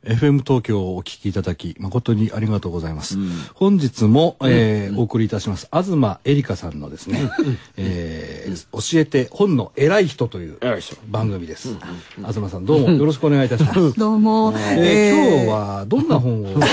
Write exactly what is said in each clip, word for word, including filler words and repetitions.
エフエム 東京をお聞きいただき誠にありがとうございます。うん、本日も、えーうん、お送りいたします東えりかさんのですね、えー、教えて本の偉い人という番組です。うんうん、東さんどうもよろしくお願いいたします。 どうも、 えーえー、今日はどんな本を、うん、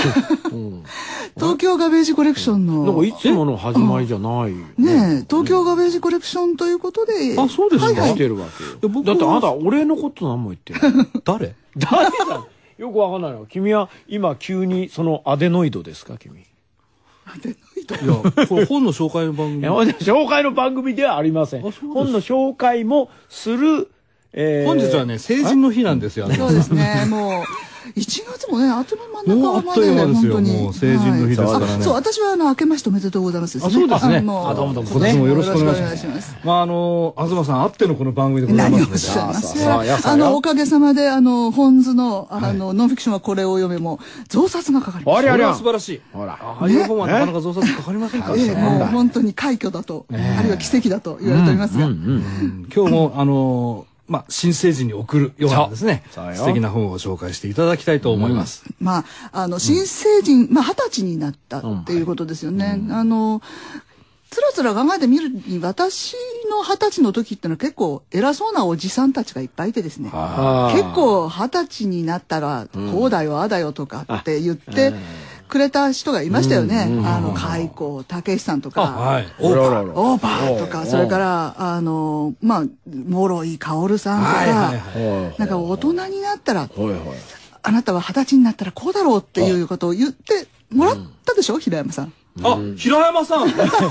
東京ガベージコレクションの、 なんかいつもの始まりじゃないね。 ね、東京ガベージコレクションということで、 あ、そうですか。 はいはい、してるわけよ。だってあなた俺のこと何も言ってない。 誰？ 誰だ。よくわかんないの。君は今急にそのアデノイドですか、君。 アデノイド。 いや、これ本の紹介の番組。 紹介の番組ではありません。本の紹介もする。 えー、本日はね、成人の日なんですよね。 そうですね、もう。いちがつもね、あっという間真ん中までね、本当に。 もう成人の日ですからね。 そう、私はあの、明けましておめでとうございます。 あ、そうですね。 あ、どうもどうも。今年もよろしくお願いします。まあ、あの、東さんあってのこの番組でございます。 何をおっしゃいます。あの、おかげさまで、あの、本図の、あの、ノンフィクションはこれを読めも、増刷がかかりました。 あれあれは素晴らしい。ほら。ああいう本はなかなか増刷かかりませんからね。 もう本当に快挙だと、あるいは奇跡だと言われておりますが。 今日も、あの、まあ、新成人に送るようなですね、素敵な本を紹介していただきたいと思います。 うん、まあ、あの、新成人、うん、まあ、二十歳になったっていうことですよね。うん、あの、つらつら考えてみるに、私の二十歳の時ってのは結構偉そうなおじさんたちがいっぱいいてですね、結構二十歳になったら、こうだよ、ああだよとかって言って、くれた人がいましたよね。あの、開口武さんとか、 はい、 オーバー、オーバーとか、それから、あの、まあ、諸井薫さんとか、なんか大人になったら、あなたは二十歳になったらこうだろうっていうことを言ってもらったでしょ、平山さん。 あ、平山さん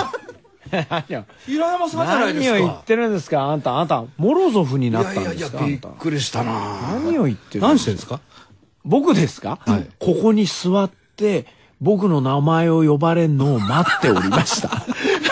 平山さんじゃないですか。 何を言ってるんですか、あんた、あんた、モロゾフになったんですか。 いやいや、びっくりしたな。 何を言ってる何してんですか。 僕ですか、はい、ここに座って僕の名前を呼ばれるのを待っておりました。じ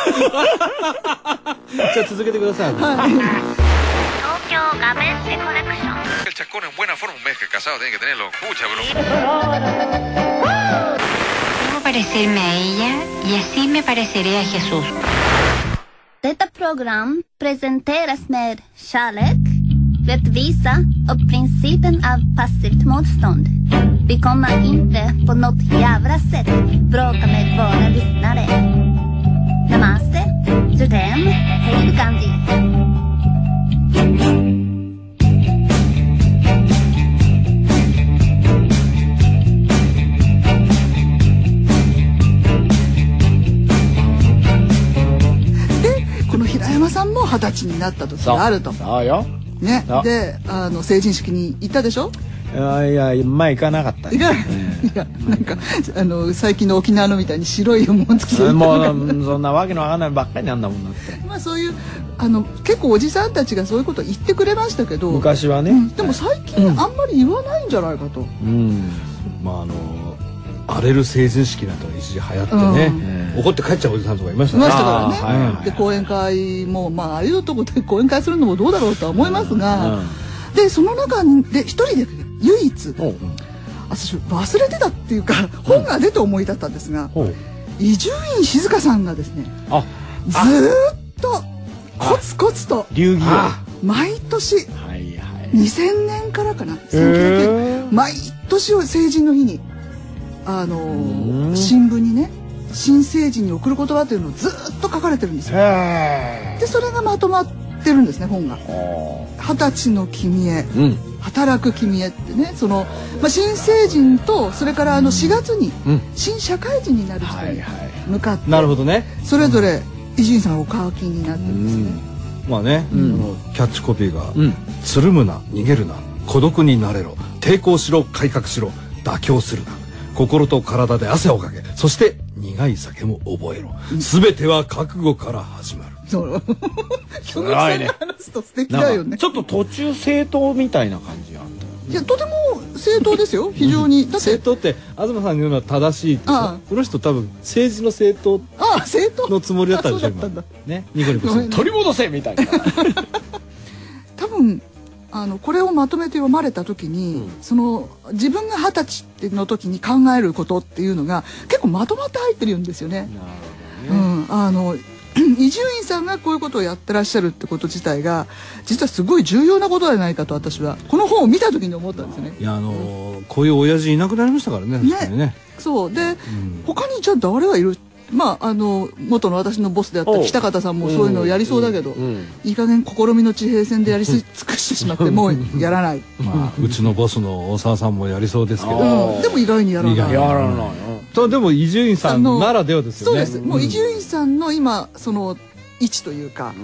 ゃあ続けてください。 はい、東京ガベージコレクション。El chascón en buena forma, un mes que casado tiene que tenerlo. Escucha, bro. Debo parecerme a ella y así me pareceré a Jesús. Detta program presenteras med kärlek, rättvisa och principen av passivt motstånd. Vi kommer inte på något jävla sätt bråka med våra lyssnare. Namaste, Jodem, hej Gandhi. De, この平山さんも二十歳になった時があると。 そうよ。 ね、で、あの成人式に行ったでしょ。 いやいや、前行かなかった。 いや、いや、なんか、あの、最近の沖縄のみたいに白いもんつけて。 もう、そんなわけのわかんないばっかりなんだもんだって。 まあ、そういう、あの、結構おじさんたちがそういうこと言ってくれましたけど。 昔はね。 うん、でも最近あんまり言わないんじゃないかと。 うん。まあ、あの、荒れる成人式なんて一時流行ってね、怒って帰っちゃうおじさんとかいましたね。 いましたからね。で、講演会も、まあ、ああいうとこで講演会するのもどうだろうとは思いますが、で、その中で一人で唯一、私忘れてたっていうか、本が出て思い立ったんですが、伊集院静香さんがですね、ずーっとコツコツと流儀を毎年にせんねんからかな、毎年を成人の日にあの新聞にね、新成人に送る言葉というのをずーっと書かれてるんですよ。で、それがまとまってるんですね、本が。二十歳の君へ、うん、働く君へってね、その、まあ、新成人と、それからあのしがつに新社会人になる人に向かって、 なるほどね、 それぞれ伊集院さんがお書きになってるんですね。 うん、まあね、うん、のキャッチコピーが、うん、つるむな、逃げるな、孤独になれろ、抵抗しろ、改革しろ、妥協するな、心と体で汗をかけ、そして苦い酒も覚えろ、すべては覚悟から始まる。 そう。その話すと素敵だよね。 ちょっと途中正当みたいな感じあった。 いや、とても正当ですよ、非常に。 だって正当って東さんが言うのは正しいでしょ。この人多分政治の正当のつもりだったんでしょ今。ね、ニコニコして取り戻せみたいな。 多分あのこれをまとめて読まれた時に、その自分が二十歳の時に考えることっていうのが結構まとまって入ってるんですよね。なるほどね。うん、あの伊集院さんがこういうことをやってらっしゃるってこと自体が実はすごい重要なことじゃないかと私はこの本を見た時に思ったんですよね。 いやあのー、こういう親父いなくなりましたからね。ね、 ねそうで、うん、他にじゃあ誰がいる。まああの元の私のボスであった北方さんもそういうのをやりそうだけど、うんうん、いい加減試みの地平線でやり尽くしてしまってもうやらない。 まあうちのボスの大沢さんもやりそうですけど、 うん、でも意外にやらない。 やらない。 とでも伊集院さんならではですよね。 そうです。もう伊集院さんの今その位置というか、うん、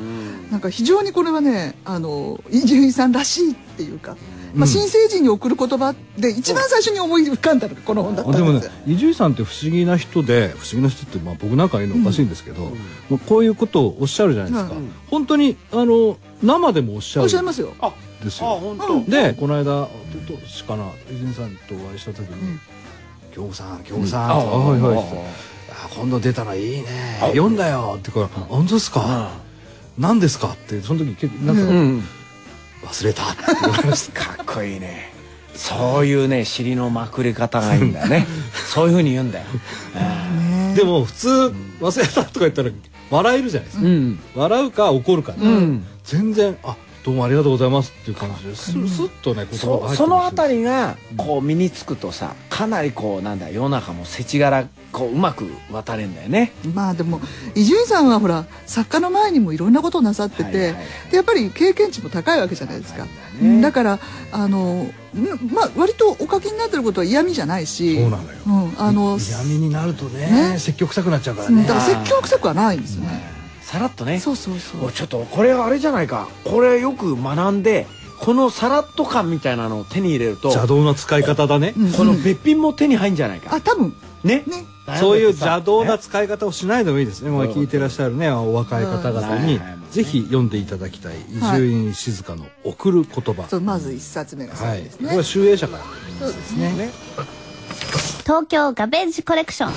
なんか非常にこれはねあの伊集院さんらしいっていうか。まあ、新成人に送る言葉で一番最初に思い浮かんだのがこの本だったんです。 でもね、伊集院さんって不思議な人で、不思議な人ってまあ僕なんか言うのおかしいんですけど、うん、まあこういうことをおっしゃるじゃないですか。うん、本当にあの生でもおっしゃる。 おっしゃいますよ。 あ、ですよ。 あ、本当。 で、この間どうしかな伊集院さんとお会いした時に、京子さん、京子さん、はいはい。今度出たらいいね。読んだよって言うから、本当ですか。何ですかってその時結構なんか。忘れたって言われました。 かっこいいね。そういうね尻のまくり方がいいんだよね。そういう風に言うんだよ。 でも普通忘れたとか言ったら笑えるじゃないですか。うん、笑うか怒るか、うん、全然あどうもありがとうございますっていう感じですスッとね言葉が入ってます。 そのあたりがこう身につくとさかなりこうなんだ世の中も世知辛こううまく渡れんだよね。 まあでも伊集院さんはほら作家の前にもいろんなことをなさってて、はいはいはい、でやっぱり経験値も高いわけじゃないですか。だね、だからあのまあ割とお書きになってることは嫌味じゃないし。 そうなのよ。うん、あの嫌味になるとね、ね説教臭くなっちゃうからね。 だから説教臭くはないんですよね。 さらっとね。 そうそうそう。 ちょっとこれあれじゃないか。これよく学んでこのさらっと感みたいなのを手に入れると邪道な使い方だね。 このべっぴんも手に入んじゃないか。 あ、多分ね。 ね。 そういう邪道な使い方をしないでもいいですね。もう聞いてらっしゃるねお若い方々にぜひ読んでいただきたい伊集院静香の贈る言葉。 そうまず一冊目がそうですね。 これは集英社から。 そうですね。 東京ガベージコレクション。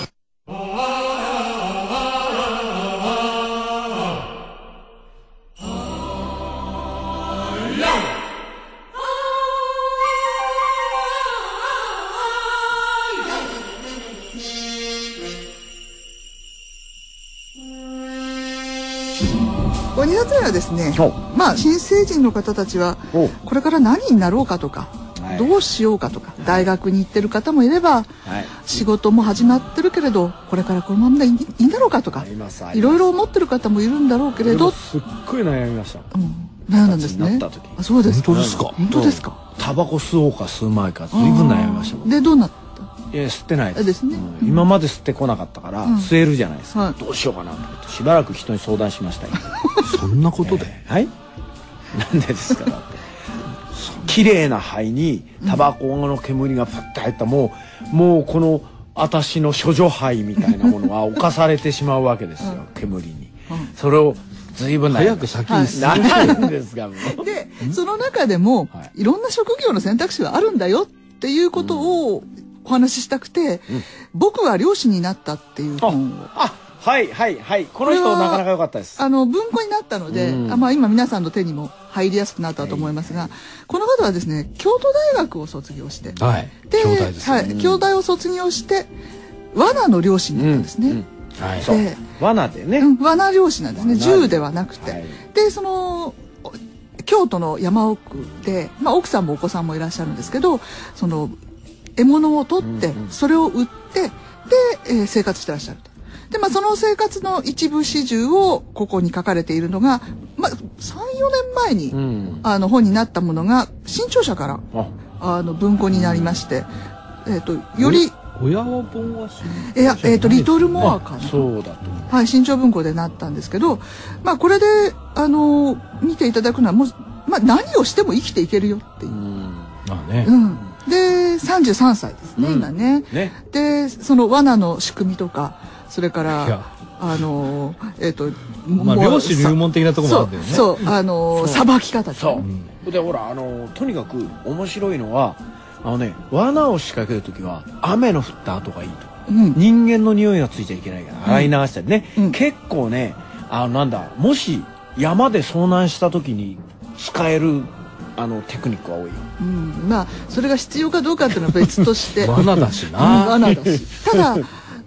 にさつめはですね、まあ新成人の方たちはこれから何になろうかとか、はい、どうしようかとか、はい、大学に行ってる方もいれば、はい、仕事も始まってるけれどこれからこのままでいいんだろうかとかいろいろ思ってる方もいるんだろうけれどすっごい悩みました。 うん、悩んだんですね。あ、そうですか。 本当ですか。 本当ですか。 タバコ吸おうか吸うまいか随分悩みましたもん。 でどうなった。 いや吸ってないですね、 うん、今まで吸ってこなかったから、うん、吸えるじゃないですか、はい、どうしようかなと思ってしばらく人に相談しましたよ。 そんなことで、 えー、はいなんでですか。だって綺麗な灰にタバコの煙がパッと入った、もうもうこの私の処女灰みたいなものは侵されてしまうわけですよ、うん、煙に、うん、それを随分早く先に進んでんですがでその中でも、はい、いろんな職業の選択肢があるんだよっていうことを、うんお話ししたくて、うん、僕は漁師になったっていう本を。 あ、はいはいはい。この人なかなか良かったです。 あの文庫になったので、うん、あまあ今皆さんの手にも入りやすくなったと思いますが、はい、この方はですね、京都大学を卒業して、 はい、 で、 京大です、ね。 はい、京大を卒業して罠の漁師になったんですね。うんうんはい、で罠でね、 うん、罠漁師なんですね。銃ではなくて、はい、でその京都の山奥で、まあ奥さんもお子さんもいらっしゃるんですけど、その獲物を取ってそれを売ってで、えー、生活してらっしゃると。でまあその生活の一部始終をここに書かれているのが、まあ、さんよねんまえに、うん、あの本になったものが新潮社からあの文庫になりまして、えー、とより親は本は新いや、えー、とリトルモアかな、 そうだと、 はい、新潮文庫でなったんですけど、まあこれであの見ていただくのはもう、まあ、何をしても生きていけるよっていう。うんまあね、 うんでさんじゅうさんさいですね、うん、今 ね, ねでその罠の仕組みとかそれからあのえっ、ー、とまあ漁師入門的なところもあるんだよね。 そうそうあのさばき方そう、うん、でほらあのとにかく面白いのはあのね罠を仕掛ける時は雨の降った後がいいと、うん、人間の匂いがついちゃいけないから洗い流したりね、うん、結構ねあのなんだもし山で遭難した時に使えるあのテクニックは多いよ、 うん、まあそれが必要かどうかっていうのは別として罠だしな、 うん、罠だし。ただ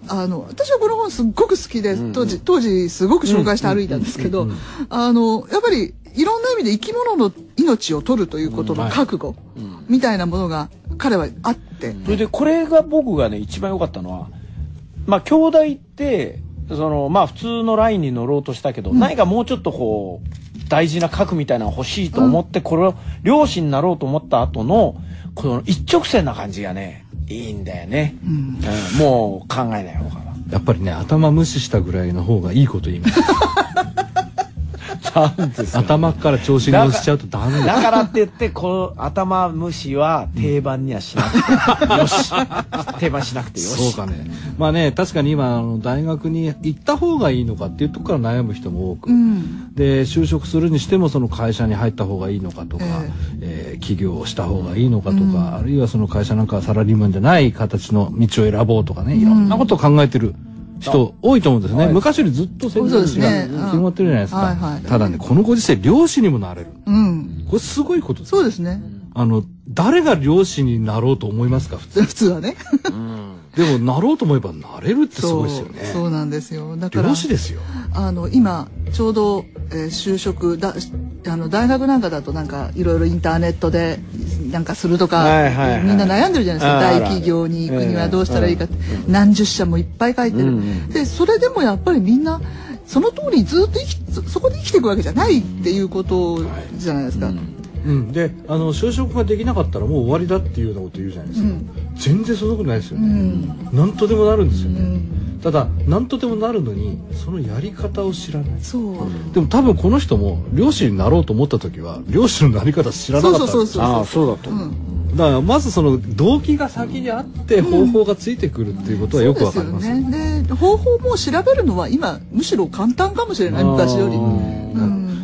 あの私はこの本すっごく好きで、当時当時すごく紹介して歩いたんですけど、あのやっぱりいろんな意味で生き物の命を取るということの覚悟みたいなものが彼はあって、 それでこれが僕がね一番良かったのは、まあ兄弟ってそのまあ普通のラインに乗ろうとしたけど、うん、何かもうちょっとこう大事な核みたいなの欲しいと思って、うん、これを漁師になろうと思った後のこの一直線な感じがねいいんだよね、うんうん、もう考えない方がやっぱりね頭無視したぐらいの方がいいこと言います頭から調子に乗せちゃうとダメだからって言ってこの頭無視は定番にはしなくてよし定番しなくてよし。 そうかね。まあね確かに今あの大学に行った方がいいのかっていうところから悩む人も多く、うん、で就職するにしてもその会社に入った方がいいのかとか、えーえー、起業をした方がいいのかとか、うん、あるいはその会社なんかサラリーマンじゃない形の道を選ぼうとかねいろんなことを考えてる人多いと思うんですね。昔よりずっと選択肢が広がってるじゃないですか。ただねこのご時世漁師にもなれる、うん、これすごいことです。 そうですね。 あの誰が漁師になろうと思いますか普通。 普通はね、 うん、でもなろうと思えばなれるってすごいですよね。 そう、そうなんですよ。だから漁師ですよ。 あの今ちょうど、えー、就職だあの大学なんかだとなんかいろいろインターネットでなんかするとか、はいはいはい、みんな悩んでるじゃないですか。大企業に行くにはどうしたらいいかって、うん、何十社もいっぱい書いてる、うん、でそれでもやっぱりみんなその通りずっと生き そ, そこで生きていくわけじゃないっていうことじゃないですか、うんうん、であの就職ができなかったらもう終わりだっていうようなこと言うじゃないですか、うん、全然そんなことないですよね、うん、何とでもなるんですよね、うん、ただ何とでもなるのにそのやり方を知らない。 そうでも多分この人も漁師になろうと思った時は漁師のなり方知らなかったんですよ。 そうそうそうそう。 ああそうだと思う、うんだからまずその動機が先にあって方法がついてくるっていうことはよくわかります。 うん、そうですよね。で方法も調べるのは今むしろ簡単かもしれない昔より。うん、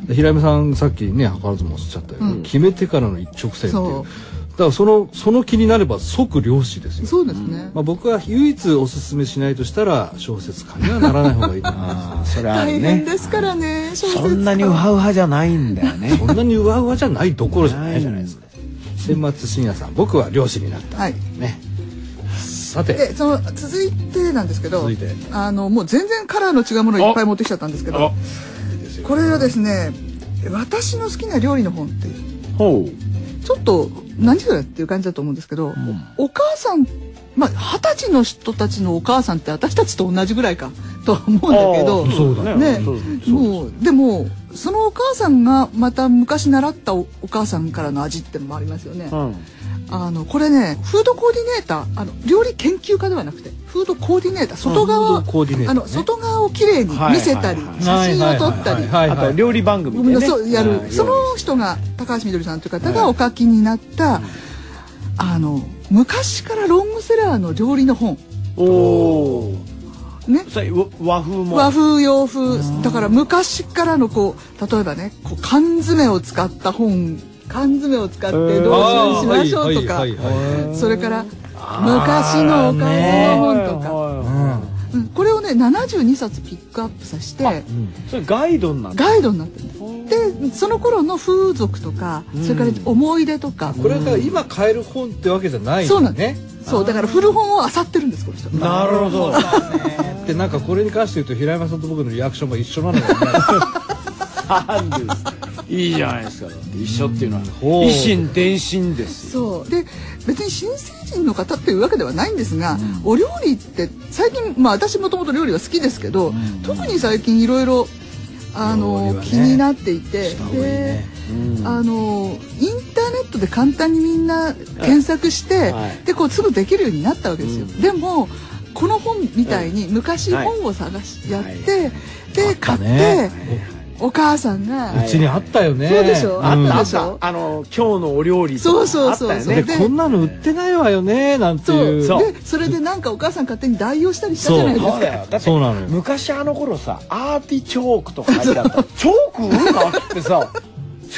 平山さんさっきね図らずもおっしゃったように、うん、決めてからの一直線っていう。だからそのその気になれば即漁師ですよ。 そうですね。 まあ僕は唯一おすすめしないとしたら小説家にはならない方がいいと思います。 それはね。 大変ですからね。小説家。 そんなにウハウハじゃないんだよね。 そんなにウハウハじゃないどころじゃないじゃないですか。千松真也さん、僕は漁師になった。はい。ね。さて。 で、その続いてなんですけど、続いてあのもう全然カラーの違うものをいっぱい持ってきちゃったんですけど、これはですね、私の好きな料理の本っていう。ほう。ちょっと何それっていう感じだと思うんですけど、うん、お母さん、まあ二十歳の人たちのお母さんって私たちと同じぐらいかとは思うんだけど、 そうだね。もうでも。そのお母さんがまた昔習った お, お母さんからの味ってのもありますよね、うん、あのこれねフードコーディネーターあの料理研究家ではなくてフードコーディネーター外側、うん、ね、あの外側をきれいに見せたり、はい、写真を撮ったりあと料理番組で、ね、 そうやる、はい、その人が高橋みどりさんという方がお書きになった、はい、あの昔からロングセラーの料理の本。おーね、 和風も和風洋風だから昔からのこう例えばねこう缶詰を使った本缶詰を使ってどうしましょうとかそれから昔のおかずの本とか、うん、これをねななじゅうにさつピックアップさせて、うん、 それガイドになってガイドになってるでその頃の風俗とか、うん、それから思い出とかこれが今買える本ってわけじゃないんですね。そうなんです。 そうだから古本を漁ってるんですこの人。 なるほど。 でなんかこれに関して言うと平山さんと僕のリアクションも一緒なのよね。 なんですいいじゃないですか。一緒っていうのは維新伝心ですよ。そうで別に新成人の方っていうわけではないんですが、うん、お料理って最近まあ私もともと料理は好きですけど、うん、特に最近いろいろあの、ね、気になっていて、で、うん、あのインターネットで簡単にみんな検索して、はい、でこうすぐできるようになったわけですよ。うん、でもこの本みたいに昔本を探し、はい、やって、はい、で買って、ね、お母さんがうちにあったよね。 そうでしょ。あったでしょ。あの今日のお料理とかあったよね。 でこんなの売ってないわよねなんていう。 そうでそれでなんかお母さん勝手に代用したりしたじゃないですか。 そうだよ。だって昔あの頃さアーティチョークとか書いてあった。チョーク売るのってさ。チョーク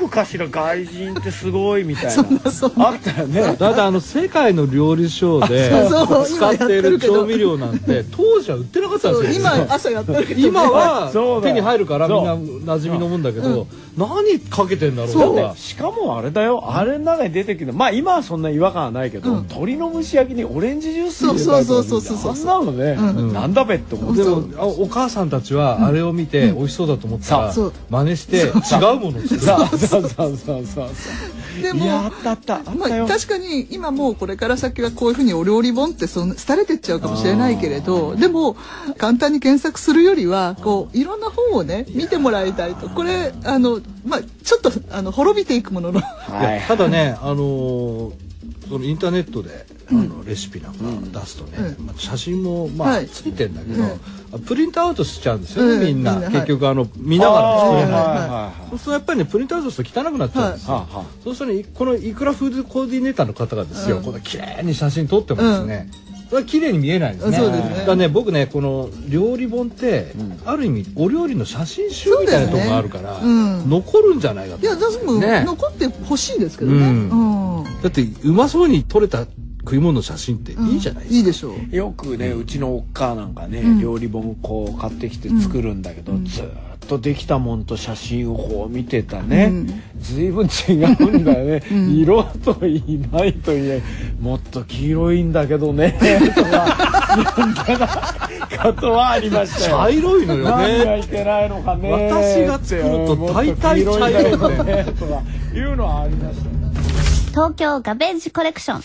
るかしら外人ってすごいみたいなあったよね。 だってあの世界の料理ショーで使っている調味料なんて当時は売ってなかったんですよ。 今朝やってるけど今は手に入るからみんな馴染みのもんだけど、何かけてんだろうとか。 しかもあれだよ、あれの中に出てくる、まあ今はそんな違和感はないけど、鶏の蒸し焼きにオレンジジュース入れたりとか、あんなのね、なんだべって思って。 でもお母さんたちはあれを見て美味しそうだと思ったら真似して違うものを作る。 そうそうそうそうそう。 でもあったあったあったよ。 確かに今もうこれから先はこういうふうにお料理本ってその廃れてっちゃうかもしれないけれど、でも簡単に検索するよりはこういろんな本をね見てもらいたいと。これあのまあちょっとあの滅びていくものの。 ただねあのそのインターネットであのレシピなんか出すとね、まあ写真もまあついてんだけど、プリントアウトしちゃうんですよねみんな。結局あの見ながら作れない。そうするとやっぱりねプリントアウトすると汚くなっちゃうんですよ。そうするとねこのいくらフードコーディネーターの方がですよ、この綺麗に写真撮ってもですね、それは綺麗に見えないんですね。だからね僕ねこの料理本ってある意味お料理の写真集みたいなとこがあるから残るんじゃないかと。 いや私も残ってほしいですけどね。 だってうまそうに撮れた食い物の写真っていいじゃないですか。 いいでしょう。 よくねうちのおっかなんかね料理本こう買ってきて作るんだけど、ずっとできたもんと写真をこう見てたね、ずいぶん違うんだよね。色といいないといえもっと黄色いんだけどねとか言ったことはありましたよ。 茶色いのよね。 何がいけないのかね。 私が作ると大体茶色いんだよねとかいうのはありました。 東京ガベージコレクション。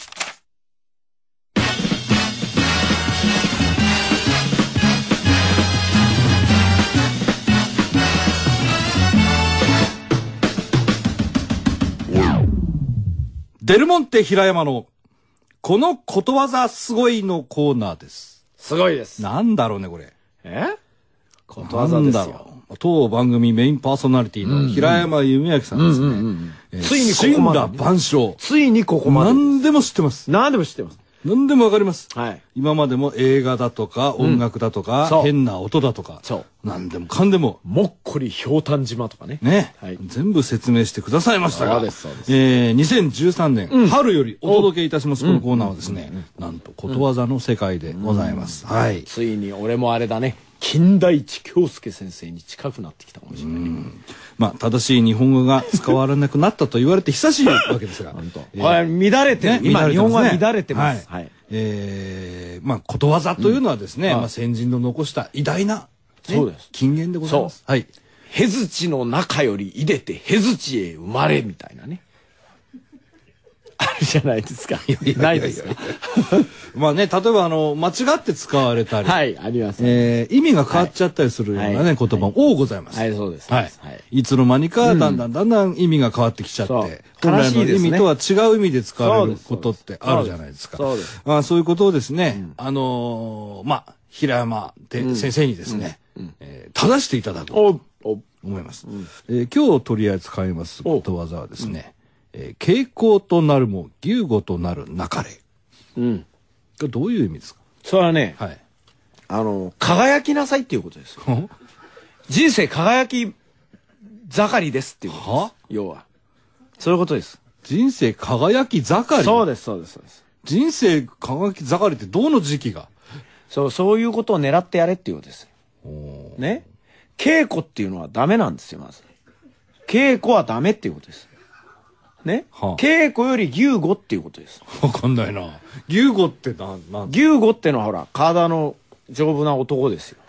デルモンテ平山のこのことわざすごいのコーナーです。 すごいです。 なんだろうねこれ。 え？ことわざですよ。 当番組メインパーソナリティの平山弓明さんですね。 ついにここまで。 神羅万象。 ついにここまで。 何でも知ってます。 何でも知ってます。 何でもわかります。 はい。 今までも映画だとか音楽だとか、変な音だとか、何でもかんでも。 もっこりひょうたん島とかね。 ね。全部説明してくださいましたが、 そうですそうです。 えー、にせんじゅうさんねん春よりお届けいたしますこのコーナーはですね、なんとことわざの世界でございます。はい。 ついに俺もあれだね。金田一京介先生に近くなってきたかもしれない。 まあ正しい日本語が使われなくなったと言われて久しいわけですが、 これ乱れてる。今日本は乱れてます。はい。 えー、まあことわざというのはですね、まあ先人の残した偉大なそうです金言でございます。はい。 へづちの中よりいでてへづちへ生まれみたいなね。あるじゃないですか。ないですか。 まあね、例えばあの間違って使われたり、 はい、あります。 えー、意味が変わっちゃったりするようなね、言葉も多ございます。 はい、そうです。 はい。いつの間にかだんだんだんだん意味が変わってきちゃって、本来の意味とは違う意味で使われることってあるじゃないですか。そうです。まあそういうことをですね、あのまあ平山先生にですね、正していただくと思います。今日取り扱いますことわざはですね、傾向となるも牛語となるなかれ。うん。これどういう意味ですか？ それはね、 はい。 あの、輝きなさいっていうことですよ。人生輝き盛りですっていうことです。は？要は。そういうことです。 人生輝き盛り？ そうです、そうです、そうです。 人生輝き盛りってどの時期が？ そう、そういうことを狙ってやれっていうことですよ。ね。稽古っていうのはダメなんですよ、まず。稽古はダメっていうことです。ね、はあ、稽古より牛語っていうことです。 わかんないな。牛語ってな、なん牛語ってのはほら、体の丈夫な男ですよ。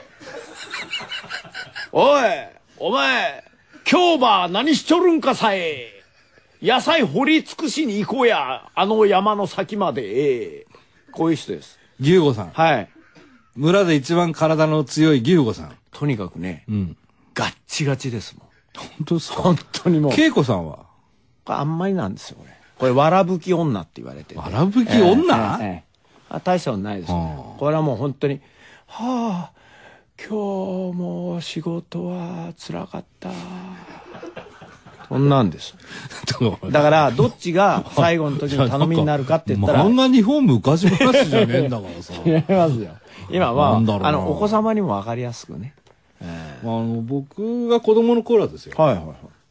おい、お前、今日は何しちょるんかさえ。野菜掘り尽くしに行こうや。あの山の先まで。えー、こういう人です。 牛語さん。 はい。 村で一番体の強い牛語さん。 とにかくね、うん、ガッチガチですもん。 本当ですか？ 本当にもう。 恵子さんはあんまりなんですよ、これ。これ、わらぶき女って言われてて。 わらぶき女、 えーえーえー、あ大したことないですね。これはもう本当に、はあ、今日も仕事は辛かった。そんなんです。だから、どっちが最後の時の頼みになるかって言ったら。 漫画日本昔話じゃねえんだからさ。 違いますよ。今は、あの、お子様にもわかりやすくね。 えー、あの僕が子供の頃はですよ。 はいはいはい。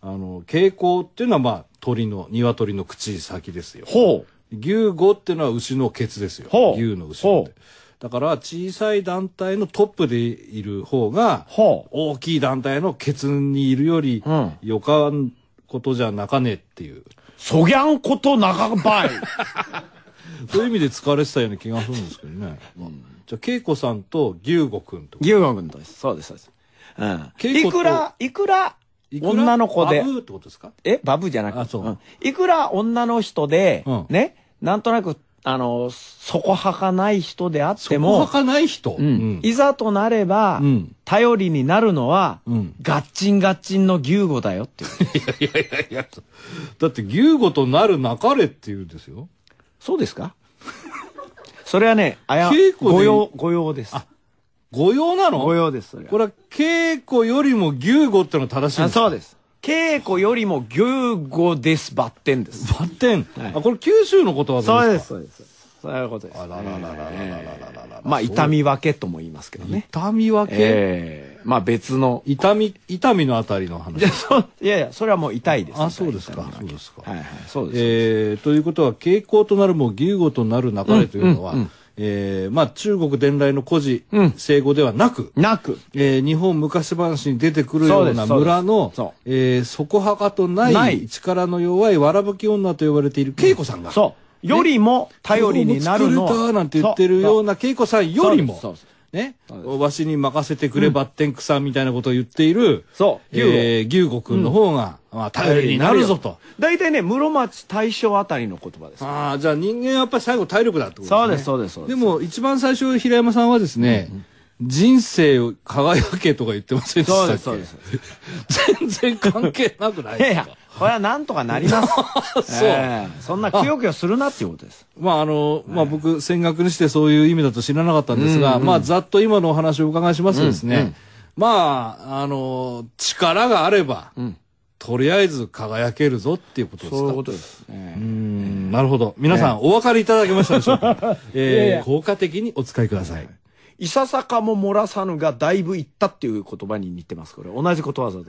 あの稽古っていうのはまあ鳥の鶏の口先ですよ。 ほう。牛語っていうのは牛のケツですよ。 ほう。 牛の後ろで。だから小さい団体のトップでいる方が、ほう。大きい団体のケツにいるより、うん、よかんことじゃなかねっていう。 そぎゃんことなかばい。 そういう意味で疲れてたような気がするんですけどね。うん、じゃあ恵子さんと牛吾くんと。 牛吾くんとです。そうですそうです。うん。いくらいくら女の子で。 バブーってことですか？ えバブーじゃなくて。あ、そう。うん、いくら女の人で、うん、ね、なんとなくあのそこはかない人であっても。 そこはかない人。 うん。いざとなれば、うん、頼りになるのは、うん、ガッチンガッチンの牛吾だよっていう。 いやいやいやいや。だって牛吾となるなかれっていうんですよ。 そうですか？それはね、あや、御用、御用です。あ、 御用なの？ 御用です、それは。 これは、稽古よりも牛語ってのは正しいんですか？ そうです。稽古よりも牛語です、バッテンです。 バッテン、はい、あ、これ九州のことわざですか？ そうです、そうです。そういうことです。あららららららららら。まあ、痛み分けとも言いますけどね。 痛み分け？ ええー、まあ別の。 痛み、痛みのあたりの話。 いや、そう、いやいや、それはもう痛いです。 あ、そうですか。そうですか。 はいはい、そうです。 えー、ということは、傾向となるも牛語となる流れというのは、うんうんうん、えー、まあ中国伝来の故事、うん、生語ではなく、 なく、 えー、日本昔話に出てくるような村の、えー、底はかとない力の弱いわらぶき女と呼ばれている恵子さんが、 そう。よりも頼りになるのは。 作れたなんて言ってるような恵子さんよりも、ね、わしに任せてくれバッテンクさんみたいなことを言っている、 そう、 えー、牛吾くんの方が、まあ、頼りになるぞと。 大体ね、室町大正あたりの言葉です。 ああ、じゃあ人間はやっぱり最後体力だってことですね。 そうです、そうです、そうです。 でも、一番最初、平山さんはですね、うんうん、人生を輝けとか言ってませんでしたっけ？そうです、そうです。全然関係なくないですか？いやいや、 これはなんとかなります。そう、えー。そんなくよくよするなっていうことです。 まあ、あの、まあ僕、戦学にしてそういう意味だと知らなかったんですが、うんうん、まあ、ざっと今のお話をお伺いしますとですね、うんうん、まあ、あの、力があれば、うん、とりあえず輝けるぞっていうことですか？ そういうことです。 えー、うん、なるほど。皆さん、えー、お分かりいただけましたでしょうか？えー、いやいや、効果的にお使いください。 いささかも漏らさぬがだいぶいったっていう言葉に似てます。これ、同じことわざです。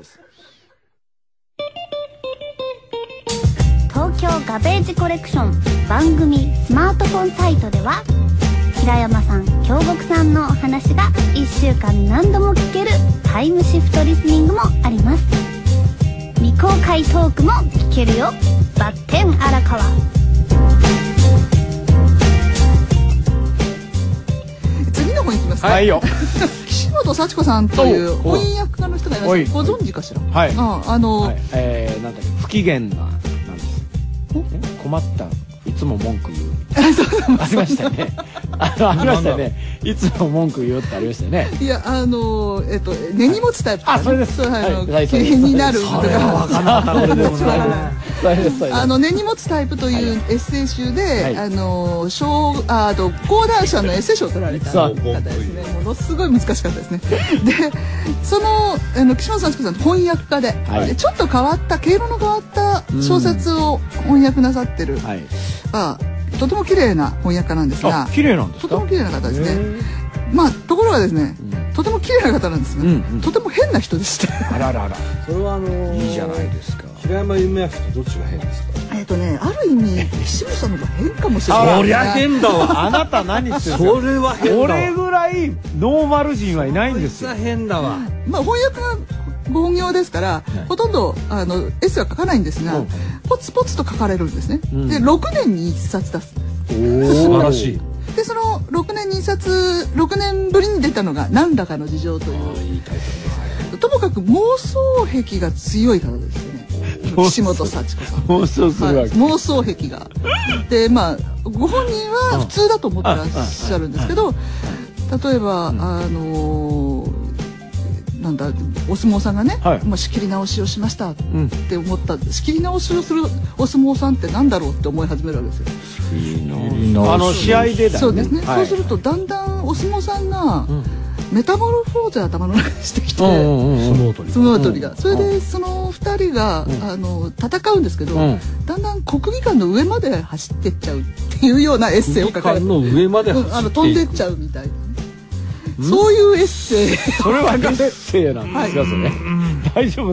東京ガベージコレクション番組スマートフォンサイトでは平山さん、京極さんのお話がいっしゅうかん何度も聞けるタイムシフトリスニングもあります。未公開トークも聞けるよ。バッテン荒川。 次の本いきますか。 はいよ。 岸本幸子さんという翻訳家の人がいます。ご存知かしら。 はい。 あ、あの、はい、 えー、なんだっけ、不機嫌な。困ったいつも文句言うありましたね。あのありましたね。いつも文句言うってありましたね。 いや、あのえっと根に持つタイプ。 あ、それです。 気になる。 それは分かんなかった。俺でもない。 あの根に持つタイプというエッセイ集で、あの小あと講談社のエッセイ賞を取られた方ですね。ものすごい難しかったですね。で、そのあの岸本幸子さん翻訳家で、ちょっと変わった経路の変わった小説を翻訳なさってる。あ、とても綺麗な翻訳家なんですが、 綺麗なんですか？ とても綺麗な方ですね。まあところがですね、とても綺麗な方なんですが、とても変な人でして。 あららら。 それはあのいいじゃないですか。 平山夢明とどっちが変ですか？ えっとね、ある意味岸本さんの方が変かもしれない。 そりゃ変だわ。 あなた何してる？ それは変だわ。 これぐらいノーマル人はいないんですよ。 それは変だわ。 まあ翻訳が本業ですから、ほとんどあのエッセイは書かないんですが、ポツポツと書かれるんですね。で、ろくねんにいっさつ出す。 素晴らしい。 で、そのろくねんにいっさつ、ろくねんぶりに出たのが何らかの事情という。いいタイトルですね。ともかく妄想癖が強い方ですよね。岸本幸子さん。 妄想するわけ。 妄想癖が。で、まあご本人は普通だと思ってらっしゃるんですけど、例えばあの。なんだお相撲さんがね、はい、まあ仕切り直しをしましたって思った、うん、仕切り直しをするお相撲さんってなんだろうって思い始めるわけですよ。 あの試合でだよね。 そうですね、はい、そうするとだんだんお相撲さんが、うん、メタモルフォーゼ頭の中にしてきて、相撲取りが、それでそのふたりが、うん、あの戦うんですけど、うん、だんだん国技館の上まで走ってっちゃうっていうようなエッセイを書かれて、 国技館の上まで走って、 うん、あの飛んでっちゃうみたいな。そういうエッセイ。 それはエッセイなんですか、それ。大丈夫なんですか？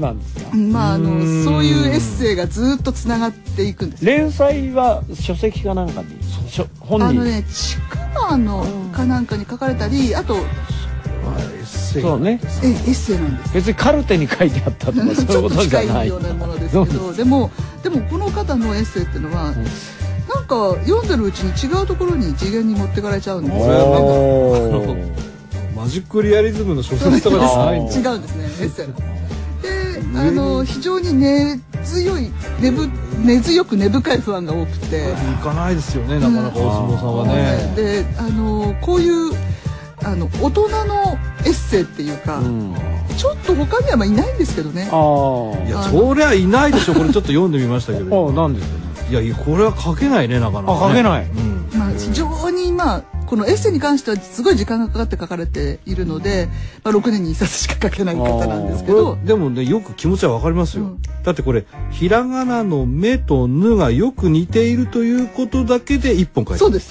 まああのそういうエッセイがずっとつながっていくんです。 連載は書籍かなんかに本にあのねちくわのかなんかに書かれたり、あとそうねえエッセイなんです。 別にカルテに書いてあったとかそういうことじゃない。 ちょっと近いようなものですけど、でもでもこの方のエッセイっていうのは、うん、なんか読んでるうちに違うところに次元に持ってかれちゃうんですよ。 マジックリアリズムの小説とかじゃないんです。違うんですね、エッセイ。で、あの非常に根強い根ぶ根強く根深い不安が多くて。 いかないですよね、なかなかお相撲さんはね。 で、あのこういうあの大人のエッセイっていうか、うん、ちょっと他にはまあいないんですけどね。 あいやそりゃいないでしょ。これちょっと読んでみましたけど。 あなんですかね。いやこれは書けないね、なかなか、ね。 あ書けない。うん、まあ非常にまあこのエッセイに関してはすごい時間がかかって書かれているので、まあろくねんにいっさつしか書けない方なんですけど。 でもねよく気持ちはわかりますよ。うん、だってこれひらがなの目とぬがよく似ているということだけで一本書いてる。 そうです。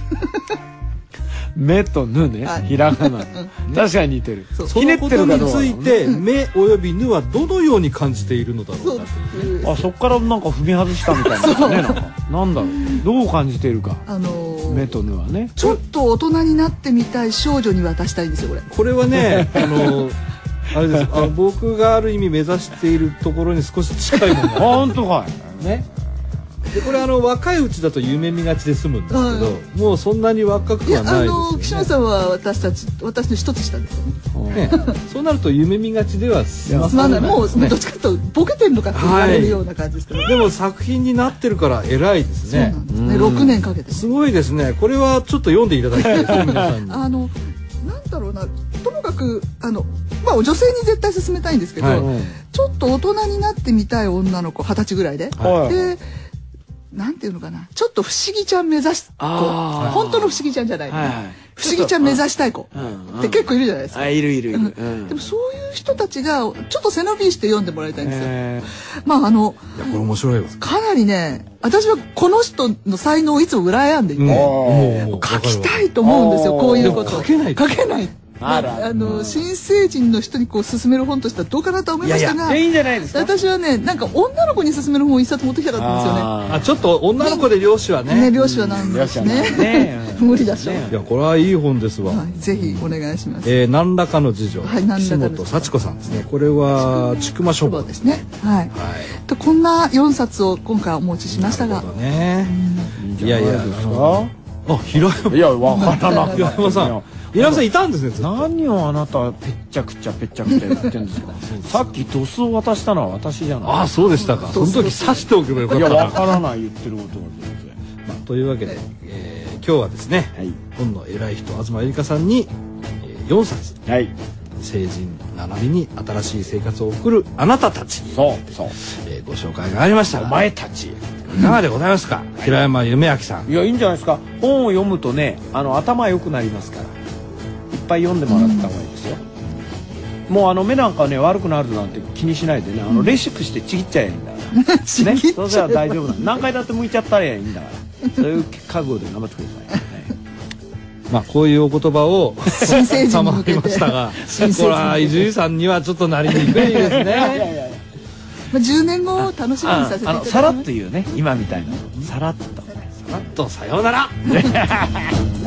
目とぬね、はい、ひらがな確かに似てる。 ひねってるかどうかについて、うん、目およびぬはどのように感じているのだろうか。 あそこからなんか踏み外したみたいなね。なんかなんだろうどう感じているか。あのー、目とぬはね。 ちょっと大人になってみたい少女に渡したいんですよこれ。 これはねあのー、あれです。あ僕がある意味目指しているところに少し近いものが。 本当かい。 ね。でこれあの若いうちだと夢見がちで済むんですけど、はい、もうそんなに若くはないですよね。いやあの岸本さんは私たち私の一つ下ですよね。 ねそうなると夢見がちでは済まない、ね、もうどっちかというとボケてんのかって言われるような感じですけど、 はい、でも作品になってるから偉いですね。 そうなんですね。ろくねんかけて。 すごいですね。これはちょっと読んでいただきたいですね皆さんに。 あのなんだろうな、ともかくあのまあ女性に絶対勧めたいんですけど、はい、ちょっと大人になってみたい女の子はたちぐらいで、はい、でなんていうのかな、ちょっと不思議ちゃん目指す子、本当の不思議ちゃんじゃない、はいはい、不思議ちゃん目指したい子って結構いるじゃないですか。 あいるいるいる、 うん、でもそういう人たちがちょっと背伸びして読んでもらいたいんですよ。まああのいやこれ面白いよ。 かなりね私はこの人の才能をいつも羨んでいて、うん、書きたいと思うんですよこういうこと。 書けない書けない。まあ、あの新成人の人にこう勧める本としてはどうかなと思いましたが、 いやいやいいんじゃないですか。 私はねなんか女の子に勧める本を一冊持ってきたかったんですよね。 あちょっと女の子で漁師はね。 ね漁師はなんですね。無理だしょ。いやこれはいい本ですわ。 はい、ぜひお願いします。 えー、何らかの事情。はい、岸本幸子さんですね。これは千曲書房ですね。はい。はい。とこんなよんさつを今回お持ちしましたが。 なるほどね。いやいやあ平山。 いやわからなく。 平山さん。平山さんいたんですね。 何をあなたぺっちゃくちゃぺっちゃくちゃ言ってんですか。さっきドスを渡したのは私じゃない。 ああそうでしたか。その時刺しておけばよかった。 いやわからない言ってることは全然。 まあというわけで、えー、今日はですね、はい、本の偉い人東えりかさんに、えー、よんさつ、はい、成人並びに新しい生活を送るあなたたちにそうそう、 えー、ご紹介がありました。 お前たち。 いかがでございますか、うん、平山夢明さん。 いやいいんじゃないですか。本を読むとねあの頭良くなりますから。いっぱい読んでもらった方がいいですよ。もうあの目なんかね悪くなるなんて気にしないでね、あのレシピしてちぎっちゃえばいいんだからね。そうしたら大丈夫な何回だって剥いちゃったらいいんだからそういう覚悟で頑張ってください、ね、 まあこういうお言葉を新成人に向けてましたがこれは伊集院さんにはちょっとなりにくいですね。いやいやいやまあじゅうねんごを楽しみにさせていただきます。 さらっと言うね今みたいなさらっとさらっとさようなら